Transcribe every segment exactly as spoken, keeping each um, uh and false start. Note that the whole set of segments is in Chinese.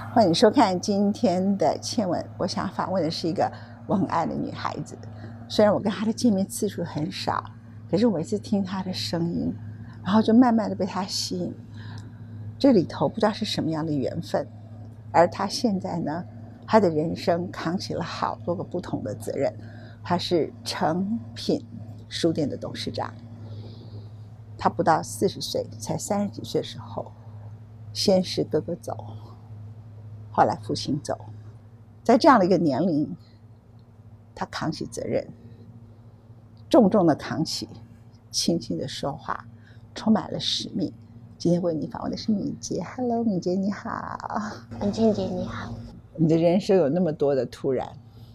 欢迎收看今天的倩文。我想访问的是一个我很爱的女孩子，虽然我跟她的见面次数很少，可是我每次听她的声音，然后就慢慢的被她吸引。这里头不知道是什么样的缘分，而她现在呢，她的人生扛起了好多个不同的责任。她是诚品书店的董事长。她不到四十岁，才三十几岁的时候，先是哥哥走，后来父亲走，在这样的一个年龄，他扛起责任，重重的扛起，轻轻的说话，充满了使命。今天为你访问的是敏捷。 Hello， 敏捷你好。 文倩姐你好。 你的人生有那么多的突然，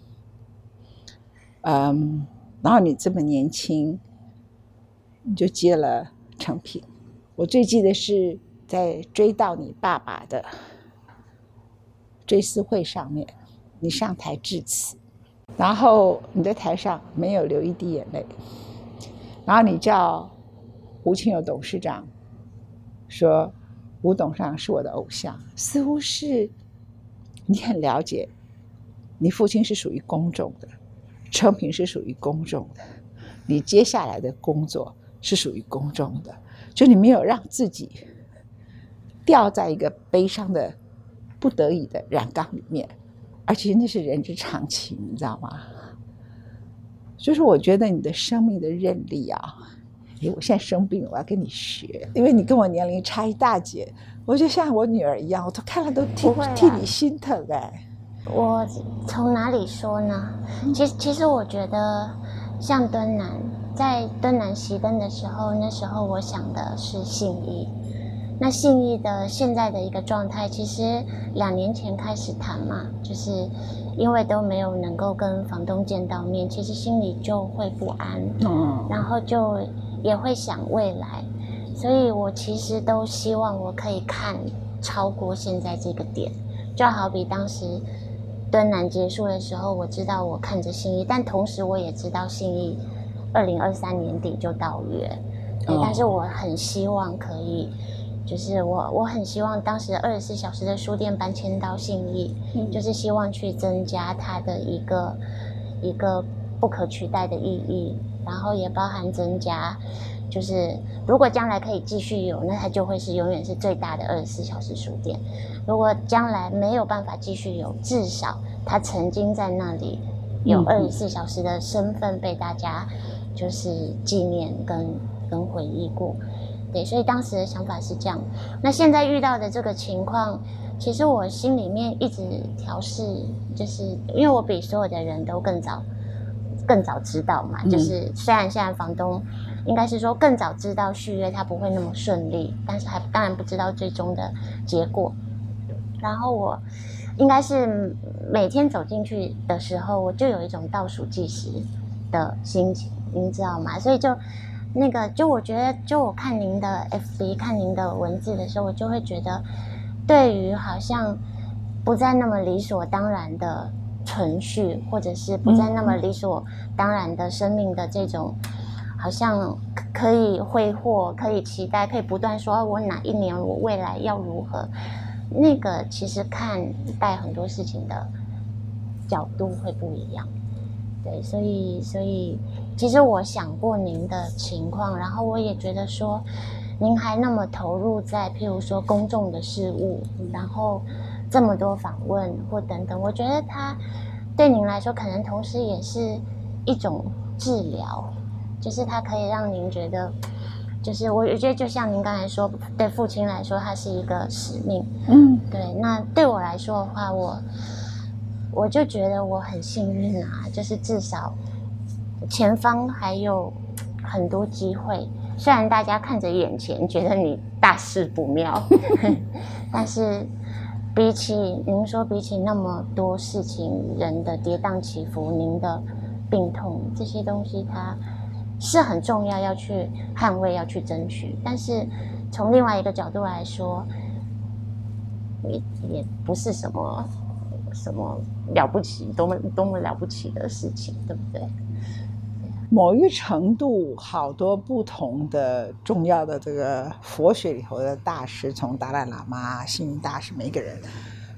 嗯，然后你这么年轻你就接了诚品。我最记得是在追悼你爸爸的追思会上面，你上台致辞，然后你在台上没有流一滴眼泪，然后你叫吴清友董事长说吴董事长是我的偶像，似乎是你很了解你父亲是属于公众的，诚品是属于公众的，你接下来的工作是属于公众的，就你没有让自己掉在一个悲伤的不得已的染缸里面，而且那是人之常情，你知道吗？就是我觉得你的生命的韧力啊，因为我现在生病了，我要跟你学，因为你跟我年龄差一大截，我就像我女儿一样，我都看了都替、啊、替你心疼哎。 我从哪里说呢？其实，其实我觉得像敦南，在敦南熄灯的时候，那时候我想的是信义。那信义的现在的一个状态，其实两年前开始谈嘛，就是因为都没有能够跟房东见到面，其实心里就会不安，嗯，然后就也会想未来，所以我其实都希望我可以看超过现在这个点，就好比当时敦南结束的时候，我知道我看着信义，但同时我也知道信义二零二三年底就到约，对，哦，但是我很希望可以。就是我，我很希望当时二十四小时的书店搬迁到信义，嗯，就是希望去增加它的一个一个不可取代的意义，然后也包含增加，就是如果将来可以继续有，那它就会是永远是最大的二十四小时书店。如果将来没有办法继续有，至少它曾经在那里有二十四小时的身份被大家就是纪念跟跟回忆过。对，所以当时的想法是这样。那现在遇到的这个情况，其实我心里面一直调试，就是因为我比所有的人都更早更早知道嘛，嗯，就是虽然现在房东应该是说更早知道续约它不会那么顺利，但是还当然不知道最终的结果。然后我应该是每天走进去的时候，我就有一种倒数计时的心情，您知道吗？所以就那个，就我觉得，就我看您的 F B 看您的文字的时候，我就会觉得，对于好像不再那么理所当然的存续，或者是不再那么理所当然的生命的这种，好像可以挥霍，可以期待，可以不断说，我哪一年我未来要如何，那个其实看待很多事情的角度会不一样。对，所以所以其实我想过您的情况，然后我也觉得说您还那么投入在譬如说公众的事务，然后这么多访问或等等，我觉得它对您来说可能同时也是一种治疗，就是它可以让您觉得，就是我觉得就像您刚才说，对父亲来说它是一个使命，嗯，对，那对我来说的话，我我就觉得我很幸运啊，就是至少前方还有很多机会，虽然大家看着眼前觉得你大事不妙但是比起您说比起那么多事情，人的跌宕起伏，您的病痛，这些东西它是很重要，要去捍卫，要去争取，但是从另外一个角度来说，也也不是什么什么了不起，多么多么了不起的事情，对不对？ 某一个程度，好多不同的重要的这个佛学里头的大师，从达赖喇嘛、星云大师，每一个人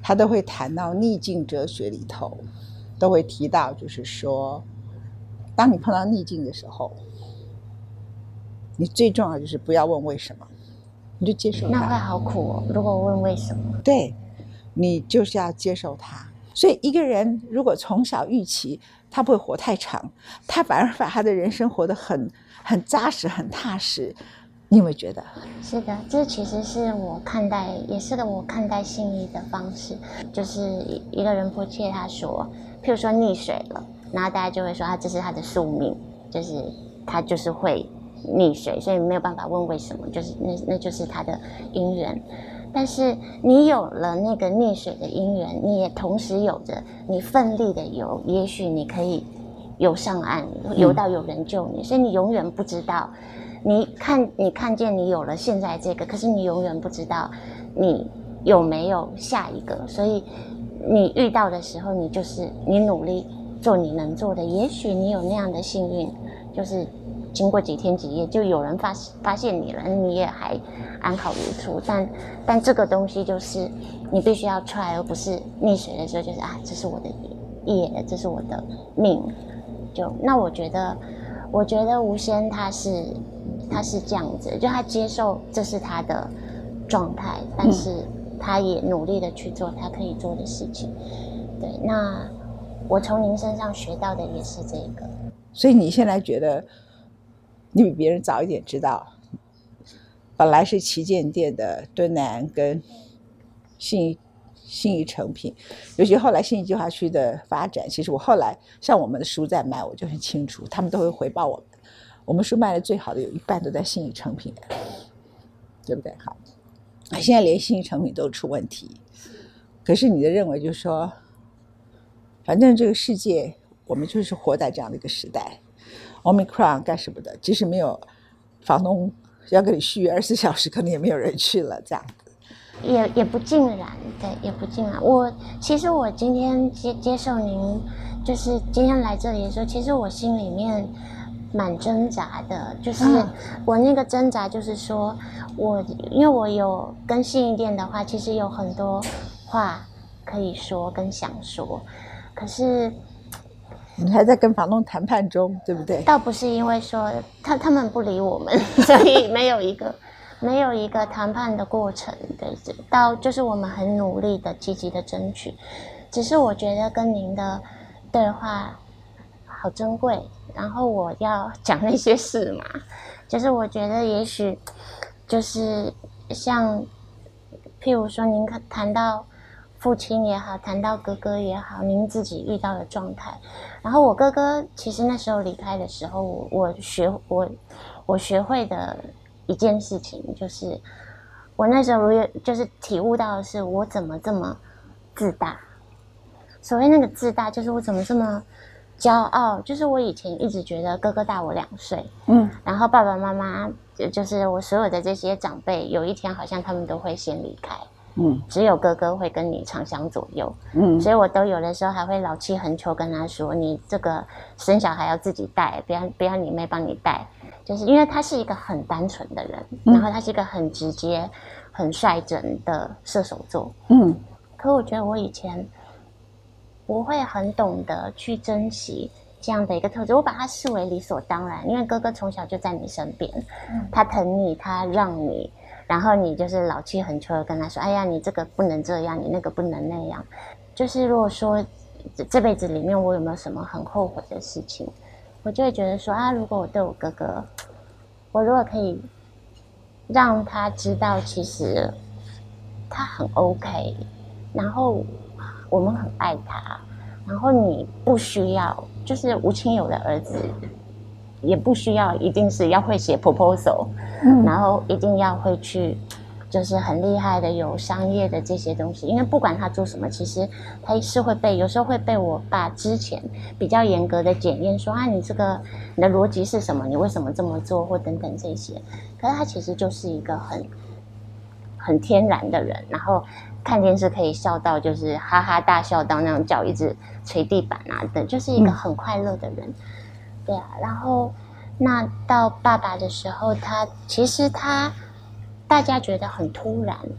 他都会谈到逆境哲学里头，都会提到，就是说，当你碰到逆境的时候，你最重要就是不要问为什么，你就接受它。 那会好苦哦，如果问为什么。 对，你就是要接受它。所以一个人如果从小预期他不会活太长，他反而把他的人生活得很很扎实很踏实，你有没有觉得？ 是的，这其实是我看待，也是个我看待信义的方式。就是一个人迫切他说，譬如说溺水了，然后大家就会说他这是他的宿命，就是他就是会溺水，所以没有办法问为什么，就是那那就是他的因缘。但是你有了那个溺水的因缘，你也同时有着你奋力的游，也许你可以游上岸，游到有人救你，嗯、所以你永远不知道，你看你看见你有了现在这个，可是你永远不知道你有没有下一个，所以你遇到的时候，你就是你努力做你能做的，也许你有那样的幸运，就是经过几天几夜就有人发发现你了，你也还安好如初，但但这个东西就是你必须要 try， 而不是溺水的时候就是啊，这是我的业，这是我的命。就那我觉得，我觉得吴仙他是他是这样子，就他接受这是他的状态，但是他也努力的去做他可以做的事情。对，那我从您身上学到的也是这个。 所以你现在觉得你比别人早一点知道，本来是旗舰店的敦南跟信义信义成品，尤其后来信义计划区的发展，其实我后来像我们的书在卖，我就很清楚，他们都会回报我们，我们书卖的最好的有一半都在信义成品，对不对？好，现在连信义成品都出问题，可是你的认为就是说，反正这个世界我们就是活在这样的一个时代。Omicron 干什么的？即使没有房东要给你续约二十四小时，可能也没有人去了，这样子。 也也不尽然，对，也不尽然。我其实我今天接接受您，就是今天来这里的时候，其实我心里面蛮挣扎的，就是我那个挣扎就是说，我因为我有跟信义店的话，其实有很多话可以说跟想说，可是。 你还在跟房东谈判中，对不对？ 倒不是因为说他他们不理我们，所以没有一个没有一个谈判的过程，对，到就是我们很努力的积极的争取。只是我觉得跟您的对话好珍贵，然后我要讲那些事嘛，就是我觉得也许就是像譬如说您谈到父亲也好，谈到哥哥也好，您自己遇到的状态。然后我哥哥其实那时候离开的时候，我我学我我学会的一件事情就是，我那时候就是体悟到的是我怎么这么自大。所谓那个自大，就是我怎么这么骄傲。就是我以前一直觉得哥哥大我两岁，嗯，然后爸爸妈妈就是我所有的这些长辈，有一天好像他们都会先离开。嗯，只有哥哥会跟你长相左右，嗯，所以我都有的时候还会老气横秋跟他说，你这个生小孩要自己带，不要不要你妹帮你带，就是因为他是一个很单纯的人，嗯、然后他是一个很直接、很率真的射手座，嗯，可我觉得我以前不会很懂得去珍惜这样的一个特质，我把它视为理所当然，因为哥哥从小就在你身边，嗯、他疼你，他让你。然后你就是老气横秋的跟他说，哎呀，你这个不能这样，你那个不能那样。就是如果说这辈子里面我有没有什么很后悔的事情，我就会觉得说啊，如果我对我哥哥，我如果可以让他知道其实他很 OK， 然后我们很爱他，然后你不需要，就是吴清友的儿子也不需要一定是要会写 proposal，嗯、然后一定要会去就是很厉害的有商业的这些东西，因为不管他做什么，其实他是会被有时候会被我爸之前比较严格的检验说啊，你这个你的逻辑是什么，你为什么这么做或等等这些。可是他其实就是一个很很天然的人，然后看电视可以笑到就是哈哈大笑到那种脚一直捶地板啊的，就是一个很快乐的人。嗯、对啊，然后那到爸爸的时候，他其实他大家觉得很突然，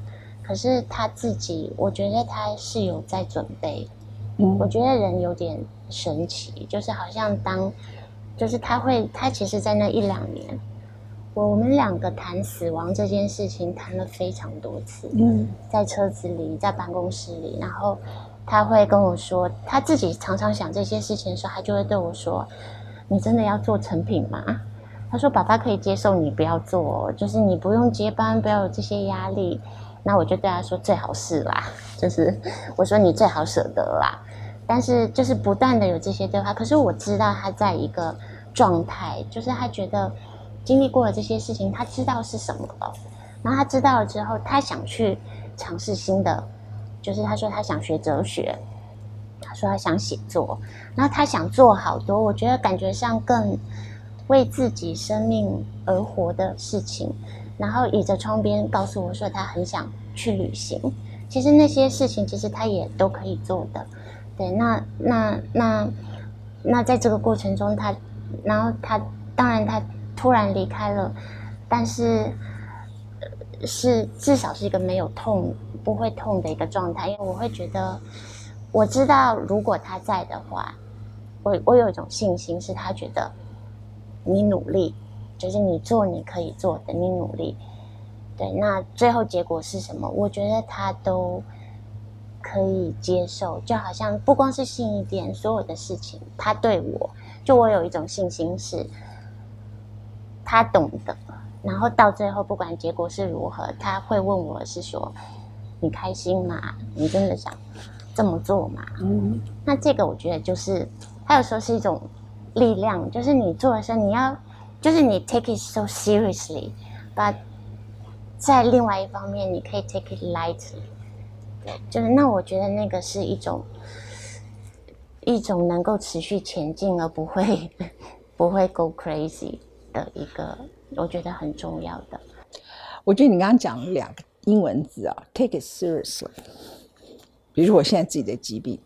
可是他自己，我觉得他是有在准备。 嗯， 我觉得人有点神奇，就是好像当，就是他会，他其实在那一两年，我们两个谈死亡这件事情谈了非常多次。 嗯， 在车子里，在办公室里，然后他会跟我说，他自己常常想这些事情的时候，他就会对我说：“你真的要做成品吗？”他说：“爸爸可以接受你不要做，就是你不用接班，不要有这些压力。”那我就对他说：“最好是啦，就是我说你最好舍得啦。”但是就是不断的有这些对话，可是我知道他在一个状态，就是他觉得经历过了这些事情，他知道是什么了。然后他知道了之后，他想去尝试新的，就是他说他想学哲学，他说他想写作，然后他想做好多，我觉得感觉上更为自己生命而活的事情。然后倚着窗边告诉我说他很想去旅行，其实那些事情其实他也都可以做的。对，那那那那在这个过程中他，然后他当然他突然离开了，但是是至少是一个没有痛不会痛的一个状态，因为我会觉得我知道如果他在的话，我我有一种信心是他觉得你努力，就是你做你可以做的，你努力，对，那最后结果是什么？我觉得他都可以接受，就好像不光是信义店所有的事情，他对我，就我有一种信心是，他懂得，然后到最后不管结果是如何，他会问我是说，你开心吗？你真的想这么做吗？嗯，那这个我觉得就是，他有时候是一种力量，就是你做的时候，你要，就是你 take it so seriously， but 在另外一方面，你可以 take it lightly。就是那我觉得那个是一种一种能够持续前进而不会不会 go crazy 的一个，我觉得很重要的。 我觉得你刚刚讲了两个英文字啊 ，take it seriously。比如说我现在自己的疾病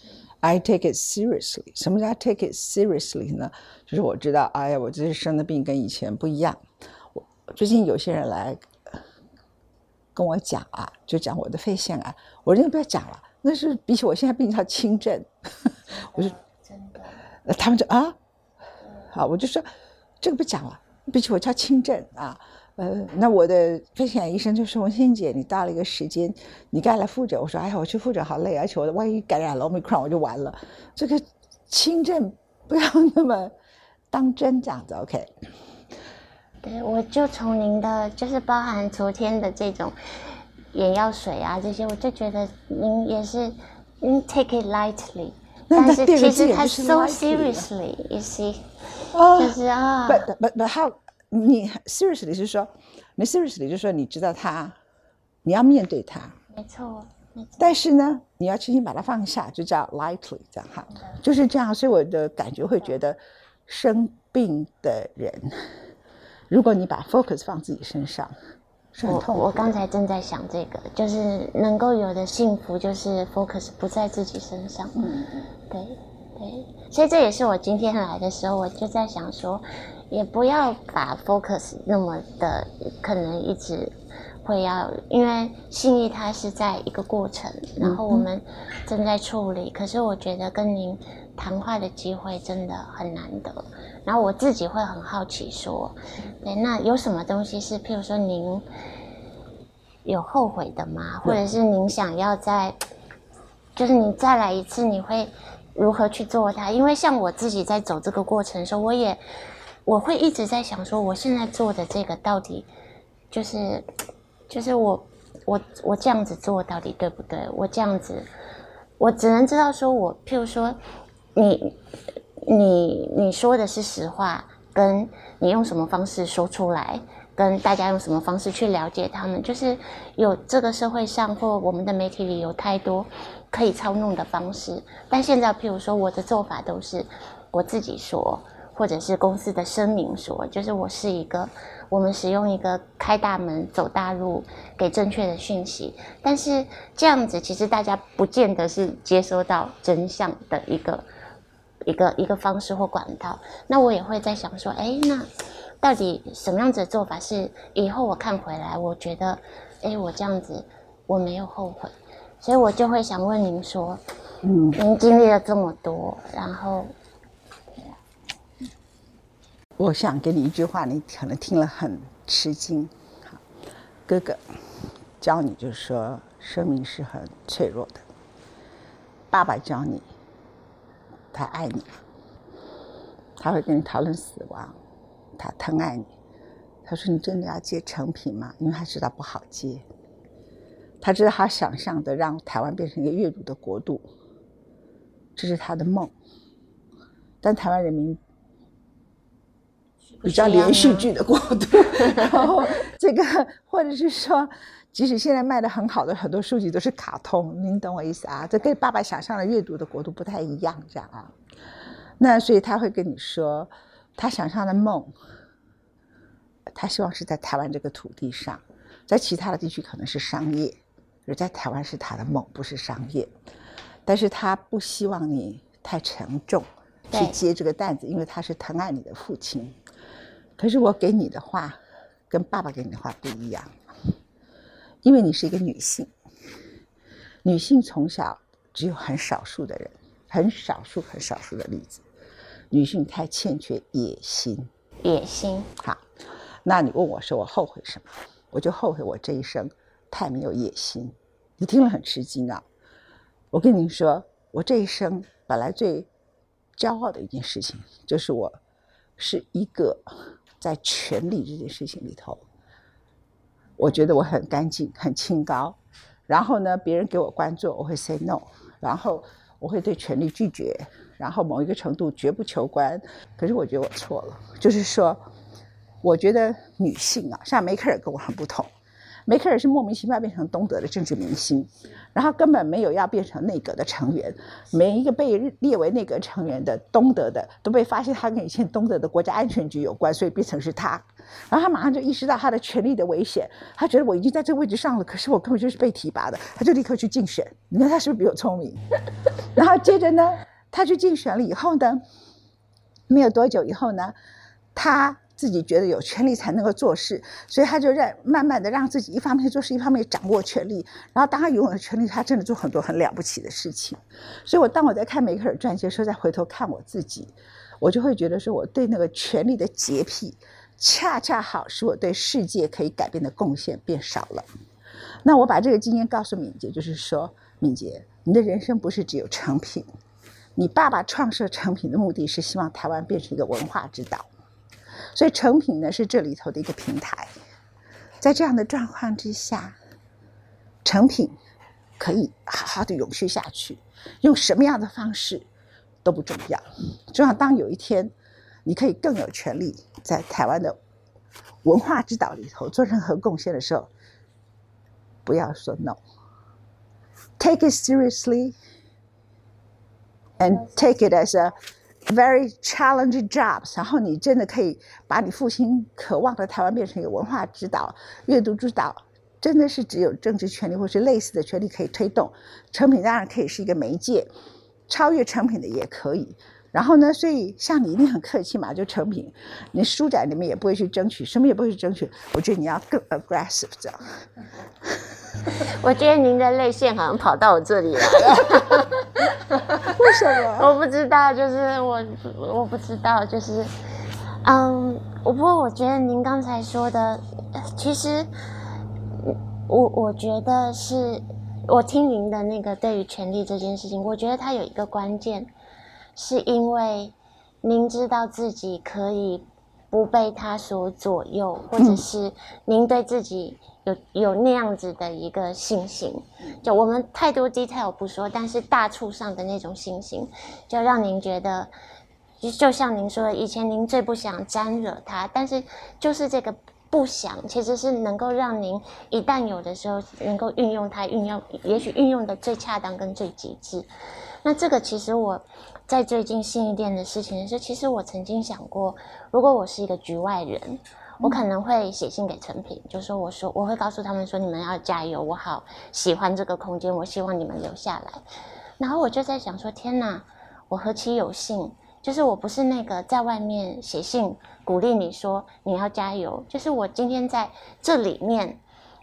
，I take it seriously。什么叫 take it seriously 呢？就是我知道，哎呀，我这次生的病跟以前不一样。我最近有些人来跟我讲啊，就讲我的肺腺癌，我说你不要讲了，那是比起我现在病叫轻症。我说真的， 他们就啊，好，我就说这个不讲了，比起我叫轻症啊。呃，那我的肺腺癌医生就说：“文心姐，你到了一个时间，你该来复诊。”我说：“哎呀，我去复诊好累，而且我万一感染了 Omicron 我就完了。这个轻症不要那么当真这样子 ，OK。” 对，我就从您的就是包含昨天的这种眼药水啊这些，我就觉得您也是您 take it lightly， 但是其实他 so seriously，you see， 就是啊。 But but but how？你 seriously 是说，你 seriously 就是说你知道他，你要面对他。 没错。没错， 但是呢，你要轻轻把它放下，就叫 lightly 这样哈，就是这样。所以我的感觉会觉得，生病的人。如果你把 focus 放自己身上，是很痛苦的。 我我刚才正在想这个，就是能够有的幸福，就是 focus 不在自己身上。嗯，对对，所以这也是我今天来的时候，我就在想说，也不要把 focus 那么的可能一直会要，因为信义它是在一个过程，然后我们正在处理。嗯、可是我觉得跟您谈话的机会真的很难得。然后我自己会很好奇说，对，那有什么东西是，譬如说您有后悔的吗？或者是您想要再，就是你再来一次，你会如何去做它？因为像我自己在走这个过程的时候，我也我会一直在想说，我现在做的这个到底就是就是我我我这样子做到底对不对？我这样子，我只能知道说我，譬如说你。你你说的是实话，跟你用什么方式说出来，跟大家用什么方式去了解他们，就是有这个社会上或我们的媒体里有太多可以操弄的方式。但现在譬如说我的做法都是我自己说，或者是公司的声明说，就是我是一个我们使用一个开大门走大路给正确的讯息，但是这样子其实大家不见得是接收到真相的一个一个一个方式或管道。那我也会在想说，哎，那到底什么样子的做法是以后我看回来，我觉得，哎，我这样子我没有后悔，所以我就会想问您说，嗯，您经历了这么多，然后， 我想给你一句话，你可能听了很吃惊。哥哥教你就是说，生命是很脆弱的。爸爸教你，他爱你，他会跟你讨论死亡，他疼爱你。他说：“你真的要接成品吗？”因为他知道不好接，他知道他想象的让台湾变成一个阅读的国度，这是他的梦。但台湾人民比较连续剧的国度，然后这个或者是说，即使现在卖的很好的很多书籍都是卡通，您懂我意思啊？这跟爸爸想象的阅读的国度不太一样，这样啊。那所以他会跟你说，他想象的梦。他希望是在台湾这个土地上，在其他的地区可能是商业，而在台湾是他的梦，不是商业。但是他不希望你太沉重去接这个担子，因为他是疼爱你的父亲。可是我给你的话跟爸爸给你的话不一样，因为你是一个女性，女性从小只有很少数的人，很少数很少数的例子，女性太欠缺野心。 野心， 好。那你问我说我后悔什么？我就后悔我这一生太没有野心。你听了很吃惊啊！我跟你说，我这一生本来最骄傲的一件事情，就是我是一个在权力这件事情里头，我觉得我很干净、很清高。然后呢，别人给我关注，我会 say no， 然后我会对权力拒绝，然后某一个程度绝不求官。可是我觉得我错了，就是说。我觉得女性啊，像梅克尔跟我很不同。梅克尔是莫名其妙变成东德的政治明星，然后根本没有要变成内阁的成员。每一个被列为内阁成员的东德的都被发现他跟以前东德的国家安全局有关，所以变成是他。然后他马上就意识到他的权力的危险，他觉得我已经在这个位置上了，可是我根本就是被提拔的，他就立刻去竞选。你看他是不是比我聪明？然后接着呢，他去竞选了以后呢，没有多久以后呢，他自己觉得有权力才能够做事，所以他就让慢慢的让自己一方面做事，一方面掌握权力。然后当他拥有了权力，他真的做很多很了不起的事情。所以我当我在看梅克尔传记的时候，再回头看我自己，我就会觉得说，我对那个权力的洁癖，恰恰好使我对世界可以改变的贡献变少了。那我把这个经验告诉敏捷，就是说，敏捷，你的人生不是只有成品。你爸爸创设成品的目的是希望台湾变成一个文化之岛。所以成品呢是这里头的一个平台，在这样的状况之下，成品可以好好的永续下去，用什么样的方式都不重要，重要当有一天你可以更有权利在台湾的文化之岛里头做任何贡献的时候，不要说 no， take it seriously and take it as a very challenging jobs， 然后你真的可以把你父亲渴望的台湾变成一个文化之岛、阅读之岛，真的是只有政治权利或是类似的权利可以推动。成品当然可以是一个媒介，超越成品的也可以。然后呢，所以像你一定很客气嘛，就成品，你书展里面也不会去争取，什么也不会去争取。我觉得你要更 aggressive 这样。 我觉得您的泪腺好像跑到我这里来了。 为什么？ 我不知道，就是我我不知道，就是嗯，不过我觉得您刚才说的，其实我我觉得是，我听您的那个对于权力这件事情，我觉得它有一个关键，是因为您知道自己可以不被他所左右，或者是您对自己有有那样子的一个信心，就我们太多 detail 不说，但是大处上的那种信心，就让您觉得，就就像您说的，以前您最不想沾惹他，但是就是这个不想，其实是能够让您一旦有的时候能够运用它，运用也许运用的最恰当跟最极致。那这个其实我在最近信义店的事情的时候，其实我曾经想过，如果我是一个局外人，我可能会写信给成品，就说我说我会告诉他们说，你们要加油，我好喜欢这个空间，我希望你们留下来。然后我就在想说，天哪，我何其有幸，就是我不是那个在外面写信鼓励你说你要加油，就是我今天在这里面，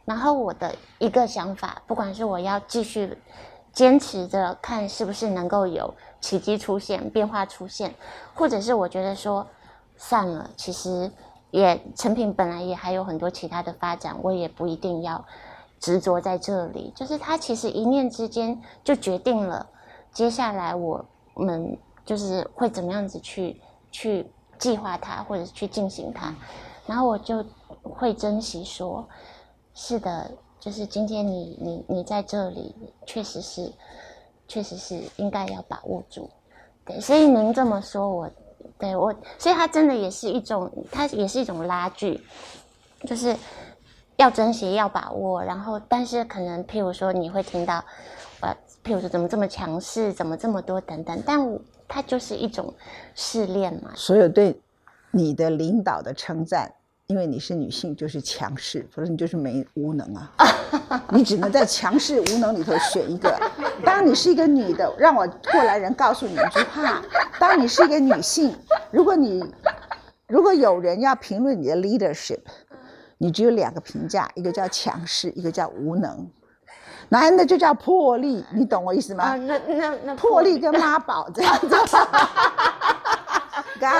然后我的一个想法，不管是我要继续坚持着看是不是能够有奇迹出现、变化出现，或者是我觉得说算了，其实也成品本来也还有很多其他的发展，我也不一定要执着在这里。就是它其实一念之间就决定了接下来我们就是会怎么样子去去计划它，或者是去进行它。然后我就会珍惜说，是的，就是今天你你你在这里，确实是，确实是应该要把握住。对，所以您这么说我，对我，所以它真的也是一种，它也是一种拉锯，就是要珍惜，要把握。然后，但是可能譬如说你会听到，呃，譬如说怎么这么强势，怎么这么多等等，但它就是一种试炼嘛。 所有对你的领导的称赞，因为你是女性就是强势，否则你就是没无能啊。你只能在强势无能里头选一个。当你是一个女的，让我过来人告诉你一句话，当你是一个女性，如果你如果有人要评论你的 leadership， 你只有两个评价，一个叫强势，一个叫无能。男的就叫魄力，你懂我意思吗？ 啊，那那那魄力跟妈宝这样子。Got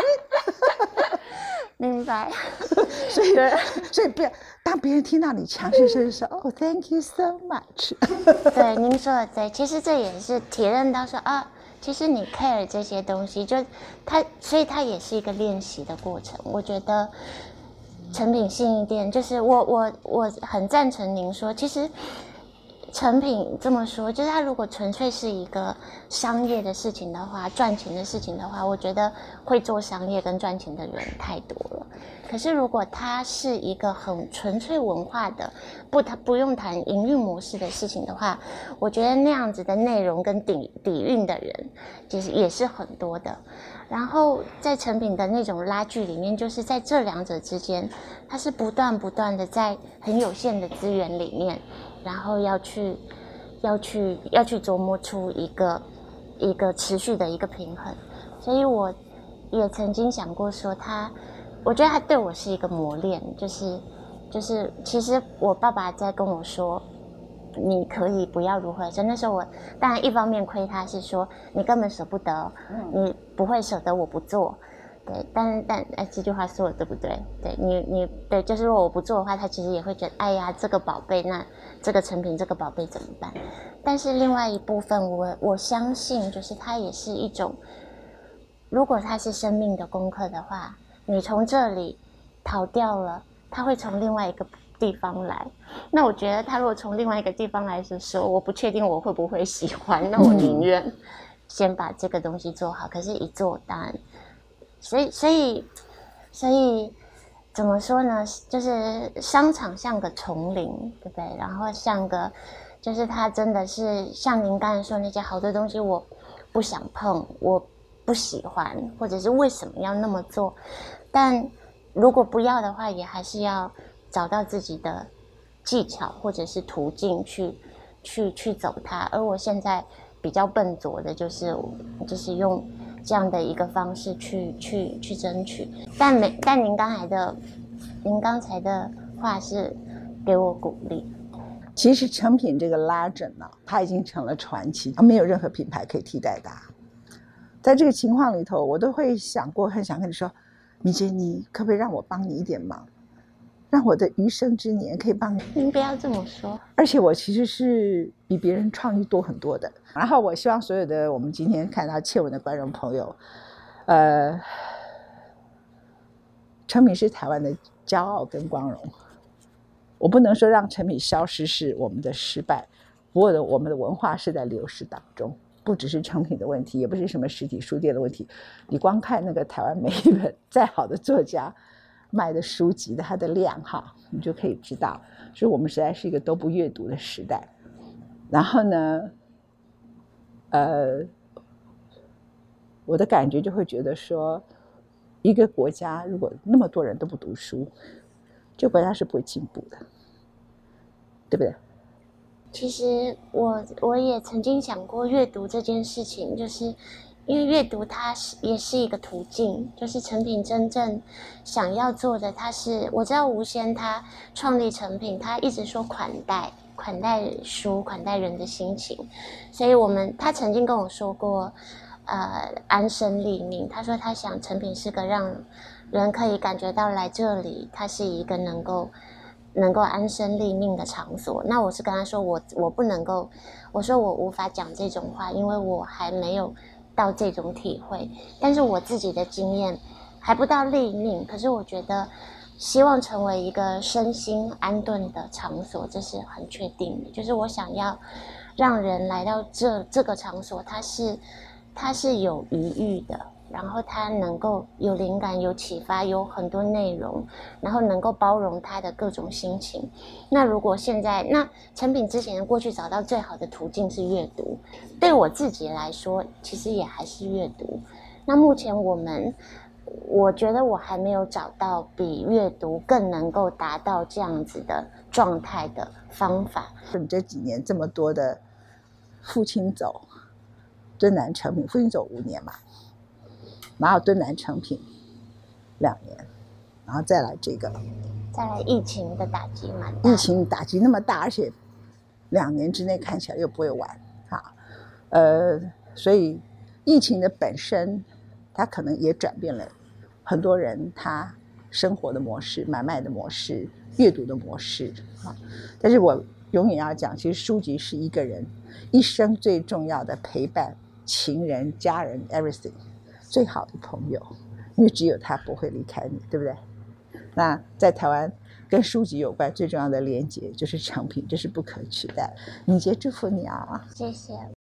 it？ 明白。 所以，所以不要当别人听到你强势时说，哦 ，Thank you so much。 对，您说的对，其实这也是体认到说啊，其实你 care 这些东西，就它，所以它也是一个练习的过程。我觉得成品信义店，就是我我我很赞成您说，其实成品这么说，就是它如果纯粹是一个商业的事情的话，赚钱的事情的话，我觉得会做商业跟赚钱的人太多了。可是如果它是一个很纯粹文化的，不它不用谈营运模式的事情的话，我觉得那样子的内容跟底底蕴的人，其实也是很多的。然后在成品的那种拉锯里面，就是在这两者之间，它是不断不断的在很有限的资源里面，然后要去要去要去琢磨出一个一个持续的一个平衡。所以我也曾经想过说他，我觉得他对我是一个磨练，就是就是其实我爸爸在跟我说你可以不要如何，所以那时候我当然一方面亏他是说你根本舍不得，你不会舍得我不做，对，但但哎这句话说的对不对？对你你对，就是如果我不做的话，他其实也会觉得哎呀这个宝贝，那这个成品这个宝贝怎么办？但是另外一部分我我相信就是它也是一种，如果它是生命的功课的话，你从这里逃掉了，它会从另外一个地方来。那我觉得他如果从另外一个地方来的时候，我不确定我会不会喜欢，那我宁愿先把这个东西做好。可是一做当然，所以所以所以怎么说呢，就是商场像个丛林，对不对？然后像个就是它真的是像您刚才说那些好多东西我不想碰，我不喜欢，或者是为什么要那么做，但如果不要的话，也还是要找到自己的技巧或者是途径去去去走它。而我现在比较笨拙的就是就是用这样的一个方式去去去争取。但没但您刚才的您刚才的话是给我鼓励。 其实成品这个拉枕呢、啊，它已经成了传奇，没有任何品牌可以替代它。在这个情况里头，我都会想过，很想跟你说，米姐，你可不可以让我帮你一点忙，让我的余生之年可以帮你？ 您不要这么说。 而且我其实是比别人创意多很多的。然后我希望所有的我们今天看到切文的观众朋友，呃，成品是台湾的骄傲跟光荣。我不能说让成品消失是我们的失败，不过我们的文化是在流失当中。不只是成品的问题，也不是什么实体书店的问题。你光看那个台湾每一本再好的作家卖的书籍的它的量哈，你就可以知道，所以我们实在是一个都不阅读的时代。然后呢，呃，我的感觉就会觉得说，一个国家如果那么多人都不读书，这个国家是不会进步的，对不对？ 其实我我也曾经想过阅读这件事情，就是因为阅读它是也是一个途径，就是诚品真正想要做的，它是我知道吴先他创立诚品，他一直说款待款待书款待人的心情，所以我们他曾经跟我说过，呃，安身立命，他说他想诚品是个让人可以感觉到来这里，它是一个能够能够安身立命的场所。那我是跟他说，我我不能够，我说我无法讲这种话，因为我还没有到这种体会，但是我自己的经验还不到立命，可是我觉得希望成为一个身心安顿的场所，这是很确定的。就是我想要让人来到这这个场所，它是它是有余裕的，然后它能够有灵感、有启发、有很多内容，然后能够包容他的各种心情。那如果现在，那诚品之前过去找到最好的途径是阅读，对我自己来说，其实也还是阅读。那目前我们，我觉得我还没有找到比阅读更能够达到这样子的状态的方法。 你这几年这么多的父亲走敦南诚品，父亲走五年嘛，然后敦南诚品两年，然后再来这个， 再来疫情的打击蛮大， 疫情打击那么大，而且两年之内看起来又不会完啊，呃，所以疫情的本身，它可能也转变了很多人他生活的模式、买卖的模式、阅读的模式啊。但是我永远要讲，其实书籍是一个人一生最重要的陪伴、情人、家人 everything 最好的朋友，因为只有他不会离开你，对不对？那在台湾跟书籍有关最重要的连结就是诚品，这是不可取代。敏捷祝福你啊！ 谢谢。